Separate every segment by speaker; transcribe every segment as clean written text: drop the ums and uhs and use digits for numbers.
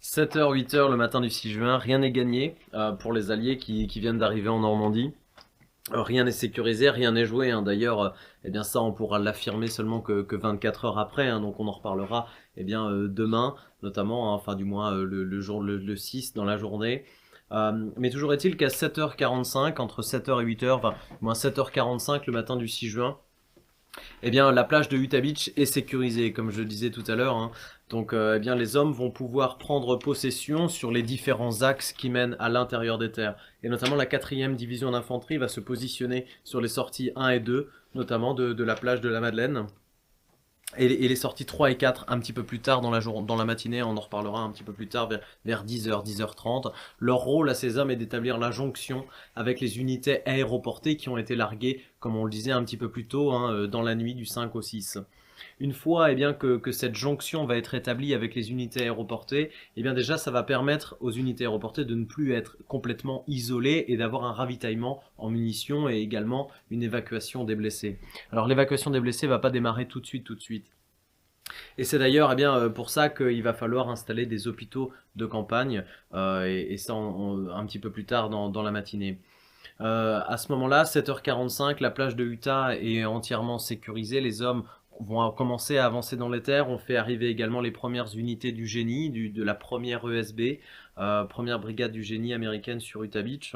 Speaker 1: 7h, 8h le matin du 6 juin, rien n'est gagné pour les Alliés qui viennent d'arriver en Normandie. Rien n'est sécurisé, rien n'est joué, hein. D'ailleurs, eh bien ça on pourra l'affirmer seulement que 24 heures après, hein. Donc on en reparlera demain, notamment, hein, enfin du moins le 6 dans la journée. Mais toujours est-il qu'à 7h45, entre 7h et 8h, enfin moins 7h45 le matin du 6 juin, eh bien, la plage de Utah Beach est sécurisée, comme je le disais tout à l'heure, hein. Donc, eh bien, les hommes vont pouvoir prendre possession sur les différents axes qui mènent à l'intérieur des terres. Et notamment, la 4e division d'infanterie va se positionner sur les sorties 1 et 2, notamment de la plage de la Madeleine. Et les sorties 3 et 4 un petit peu plus tard dans la matinée, on en reparlera un petit peu plus tard, vers 10h, 10h30. Leur rôle à ces hommes est d'établir la jonction avec les unités aéroportées qui ont été larguées, comme on le disait un petit peu plus tôt, hein, dans la nuit du 5 au 6. Une fois que cette jonction va être établie avec les unités aéroportées, déjà ça va permettre aux unités aéroportées de ne plus être complètement isolées et d'avoir un ravitaillement en munitions et également une évacuation des blessés. Alors l'évacuation des blessés va pas démarrer tout de suite. Et c'est d'ailleurs pour ça qu'il va falloir installer des hôpitaux de campagne, et ça un petit peu plus tard dans la matinée. À ce moment-là, 7h45, la plage de Utah est entièrement sécurisée. Les hommes vont commencer à avancer dans les terres. On fait arriver également les premières unités du génie, de la première ESB, première brigade du génie américaine sur Utah Beach.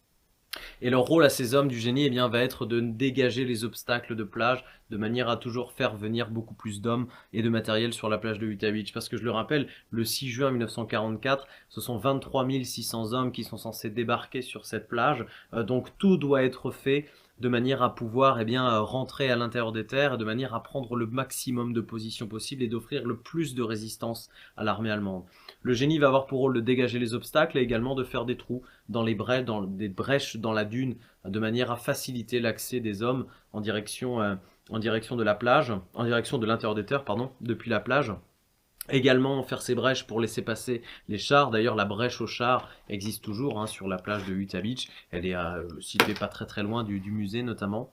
Speaker 1: Et leur rôle à ces hommes du génie va être de dégager les obstacles de plage de manière à toujours faire venir beaucoup plus d'hommes et de matériel sur la plage de Utah Beach. Parce que je le rappelle, le 6 juin 1944, ce sont 23 600 hommes qui sont censés débarquer sur cette plage. Donc tout doit être fait de manière à pouvoir rentrer à l'intérieur des terres, de manière à prendre le maximum de positions possibles et d'offrir le plus de résistance à l'armée allemande. Le génie va avoir pour rôle de dégager les obstacles et également de faire des trous dans des brèches dans la dune, de manière à faciliter l'accès des hommes en direction de la plage, en direction de l'intérieur des terres, pardon, depuis la plage. Également faire ces brèches pour laisser passer les chars. D'ailleurs, la brèche aux chars existe toujours, hein, sur la plage de Utah Beach. Elle est située pas très très loin du musée notamment.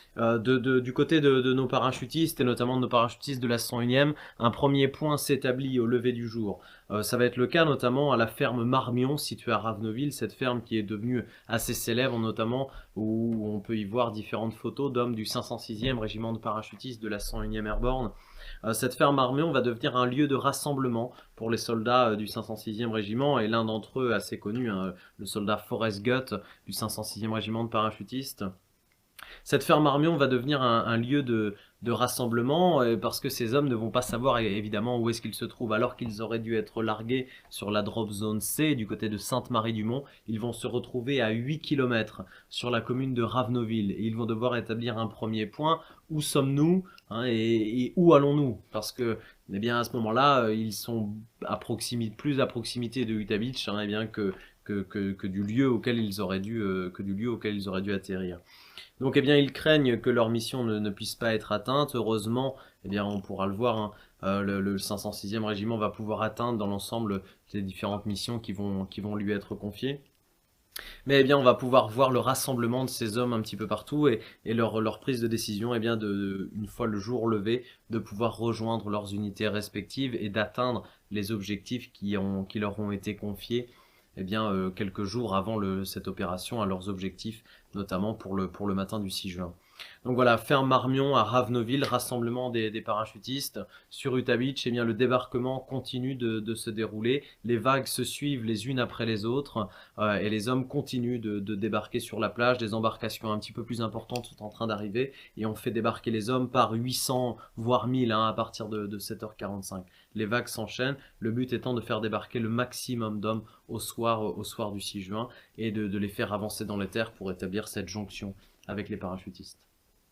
Speaker 1: Du côté de nos parachutistes et notamment de nos parachutistes de la 101e, un premier point s'établit au lever du jour. Ça va être le cas notamment à la ferme Marmion située à Ravenoville, cette ferme qui est devenue assez célèbre notamment, où on peut y voir différentes photos d'hommes du 506e régiment de parachutistes de la 101e Airborne. Cette ferme Marmion va devenir un lieu de rassemblement pour les soldats du 506e régiment, et l'un d'entre eux assez connu, hein, le soldat Forrest Gutt du 506e régiment de parachutistes. Cette ferme Marmion va devenir un lieu de rassemblement, parce que ces hommes ne vont pas savoir évidemment où est-ce qu'ils se trouvent. Alors qu'ils auraient dû être largués sur la drop zone C du côté de Sainte-Marie-du-Mont, ils vont se retrouver à 8 km sur la commune de Ravenoville et ils vont devoir établir un premier point. Où sommes-nous, hein, et où allons-nous? Parce que à ce moment-là, ils sont plus à proximité de Utah Beach, hein, que du lieu auquel ils auraient dû atterrir. Donc ils craignent que leur mission ne puisse pas être atteinte. Heureusement, on pourra le voir, hein, le 506e régiment va pouvoir atteindre dans l'ensemble les différentes missions qui vont lui être confiées. Mais on va pouvoir voir le rassemblement de ces hommes un petit peu partout, et leur prise de décision, une fois le jour levé, de pouvoir rejoindre leurs unités respectives et d'atteindre les objectifs qui leur ont été confiés quelques jours avant cette opération, à leurs objectifs, notamment pour le matin du 6 juin. Donc voilà, ferme Marmion à Ravenoville, rassemblement des parachutistes. Sur Utah Beach, le débarquement continue de se dérouler. Les vagues se suivent les unes après les autres, et les hommes continuent de débarquer sur la plage. Des embarcations un petit peu plus importantes sont en train d'arriver, et on fait débarquer les hommes par 800 voire 1000, hein, à partir de 7h45. Les vagues s'enchaînent, le but étant de faire débarquer le maximum d'hommes au soir du 6 juin et de les faire avancer dans les terres pour établir cette jonction avec les parachutistes.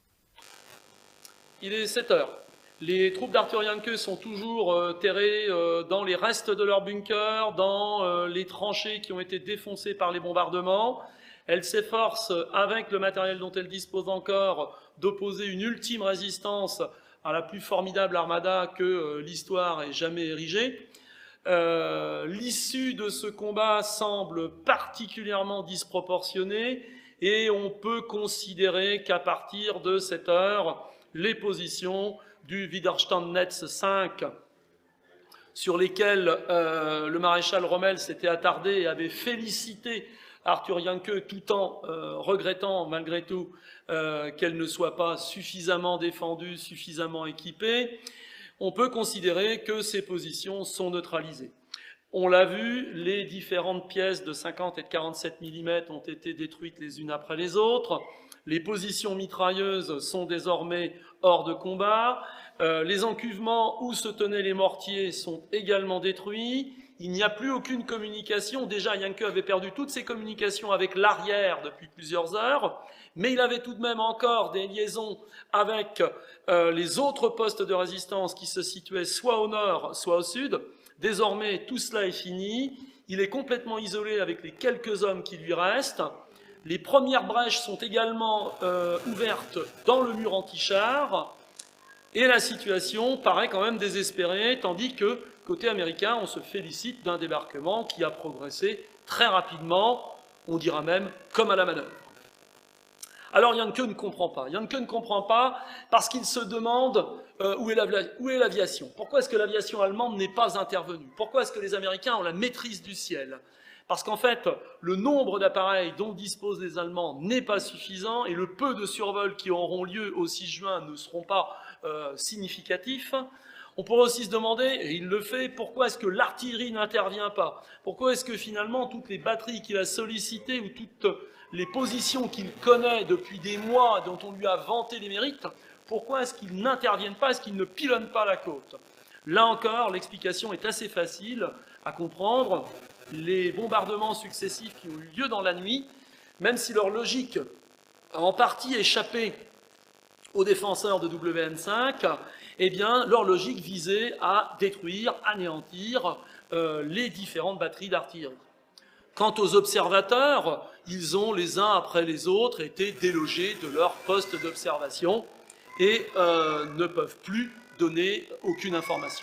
Speaker 2: Il est 7 heures. Les troupes d'Arthur Janke sont toujours terrées dans les restes de leurs bunkers, dans les tranchées qui ont été défoncées par les bombardements. Elles s'efforcent, avec le matériel dont elles disposent encore, d'opposer une ultime résistance à la plus formidable armada que l'histoire ait jamais érigée. L'issue de ce combat semble particulièrement disproportionnée, et on peut considérer qu'à partir de cette heure, les positions du Widerstandsnetz 5 sur lesquels le maréchal Rommel s'était attardé et avait félicité Arthur Janke tout en regrettant malgré tout qu'elle ne soit pas suffisamment défendue, suffisamment équipée, on peut considérer que ces positions sont neutralisées. On l'a vu, les différentes pièces de 50 et de 47 mm ont été détruites les unes après les autres. Les positions mitrailleuses sont désormais hors de combat. Les encuvements où se tenaient les mortiers sont également détruits. Il n'y a plus aucune communication. Déjà, Janke avait perdu toutes ses communications avec l'arrière depuis plusieurs heures, mais il avait tout de même encore des liaisons avec les autres postes de résistance qui se situaient soit au nord, soit au sud. Désormais, tout cela est fini. Il est complètement isolé avec les quelques hommes qui lui restent. Les premières brèches sont également ouvertes dans le mur anti-char. Et la situation paraît quand même désespérée, tandis que, côté américain, on se félicite d'un débarquement qui a progressé très rapidement, on dira même comme à la manœuvre. Alors Janke ne comprend pas. Janke ne comprend pas parce qu'il se demande où est l'aviation. Pourquoi est-ce que l'aviation allemande n'est pas intervenue? Pourquoi est-ce que les Américains ont la maîtrise du ciel? Parce qu'en fait, le nombre d'appareils dont disposent les Allemands n'est pas suffisant et le peu de survols qui auront lieu au 6 juin ne seront pas significatifs. On pourrait aussi se demander, et il le fait, pourquoi est-ce que l'artillerie n'intervient pas? Pourquoi est-ce que finalement toutes les batteries qu'il a sollicitées ou toutes les positions qu'il connaît depuis des mois, dont on lui a vanté les mérites, pourquoi est-ce qu'ils n'interviennent pas, est-ce qu'ils ne pilonnent pas la côte? Là encore, l'explication est assez facile à comprendre. Les bombardements successifs qui ont eu lieu dans la nuit, même si leur logique a en partie échappé aux défenseurs de WN5, eh bien, leur logique visait à détruire, anéantir les différentes batteries d'artillerie. Quant aux observateurs, ils ont les uns après les autres été délogés de leur poste d'observation et ne peuvent plus donner aucune information.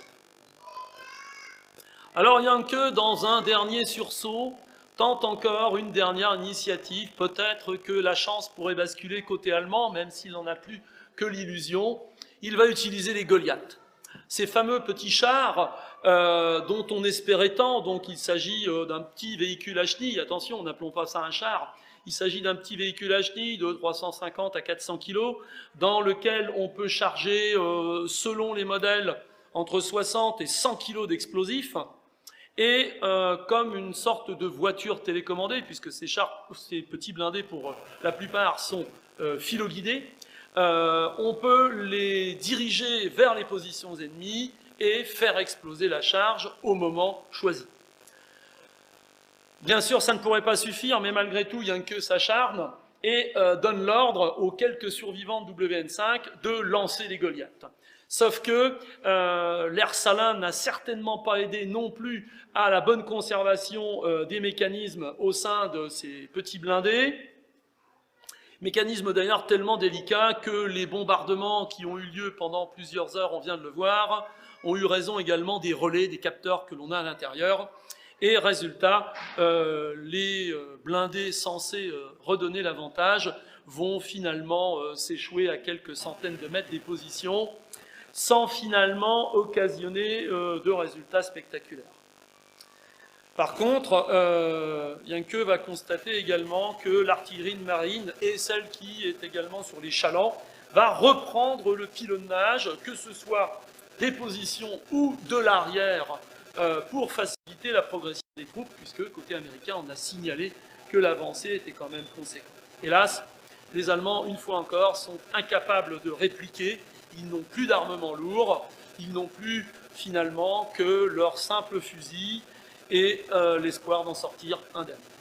Speaker 2: Alors Janke, dans un dernier sursaut, tente encore une dernière initiative. Peut-être que la chance pourrait basculer côté allemand, même s'il n'en a plus que l'illusion. Il va utiliser les Goliath. Ces fameux petits chars dont on espérait tant, donc il s'agit d'un petit véhicule à chenilles, attention, n'appelons pas ça un char, il s'agit d'un petit véhicule à chenilles de 350 à 400 kg, dans lequel on peut charger, selon les modèles, entre 60 et 100 kg d'explosifs, et comme une sorte de voiture télécommandée, puisque ces petits blindés, pour la plupart, sont filoguidés, on peut les diriger vers les positions ennemies et faire exploser la charge au moment choisi. Bien sûr, ça ne pourrait pas suffire, mais malgré tout, Janke s'acharne et donne l'ordre aux quelques survivants de WN5 de lancer les Goliaths. Sauf que l'air salin n'a certainement pas aidé non plus à la bonne conservation des mécanismes au sein de ces petits blindés. Mécanisme d'ailleurs tellement délicat que les bombardements qui ont eu lieu pendant plusieurs heures, on vient de le voir, ont eu raison également des relais, des capteurs que l'on a à l'intérieur. Et résultat, les blindés censés redonner l'avantage vont finalement s'échouer à quelques centaines de mètres des positions, sans finalement occasionner de résultats spectaculaires. Par contre, Janke va constater également que l'artillerie de marine, et celle qui est également sur les chalands, va reprendre le pilonnage, que ce soit des positions ou de l'arrière, pour faciliter la progression des troupes, puisque côté américain, on a signalé que l'avancée était quand même conséquente. Hélas, les Allemands, une fois encore, sont incapables de répliquer. Ils n'ont plus d'armement lourd, ils n'ont plus finalement que leur simple fusil et l'espoir d'en sortir indemne.